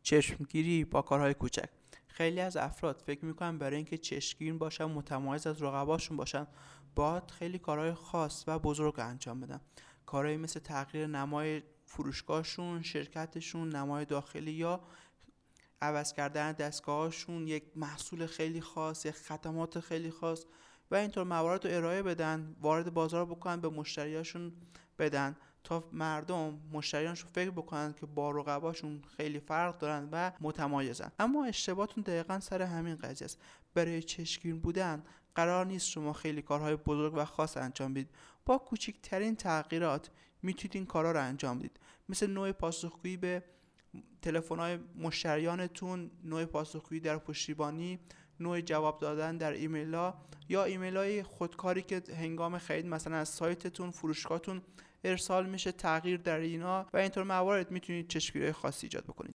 چشمگیری با کارهای کوچک. خیلی از افراد فکر میکنن برای اینکه چشمگیر باشن، متمایز از رقباشون باشن، باید خیلی کارهای خاص و بزرگ انجام بدن. کارهایی مثل تغییر نمای فروشگاهشون، شرکتشون، نمای داخلی، یا عوض کردن دستگاهاشون، یک محصول خیلی خاص، یک خدمات خیلی خاص و اینطور موارد رو ارائه بدن، وارد بازار بکنن، به مشتریاشون بدن تا مشتریانشون فکر بکنن که با رقباشون خیلی فرق دارن و متمایزن. اما اشتباهتون دقیقاً سر همین قضیه است. برای چشمگیر بودن قرار نیست شما خیلی کارهای بزرگ و خاص انجام بدید. با کوچکترین تغییرات میتونید این کارا رو انجام بدید، مثل نوع پاسخگویی به تلفن‌های مشتریانتون، نوع پاسخگویی در پشتیبانی، نوع جواب دادن در ایمیل‌ها، یا ایمیل‌های خودکاری که هنگام خرید مثلا از سایتتون، فروشگاهتون ارسال میشه، تغییر در اینا و اینطور موارد میتونید چشمگیری خاصی ایجاد بکنید.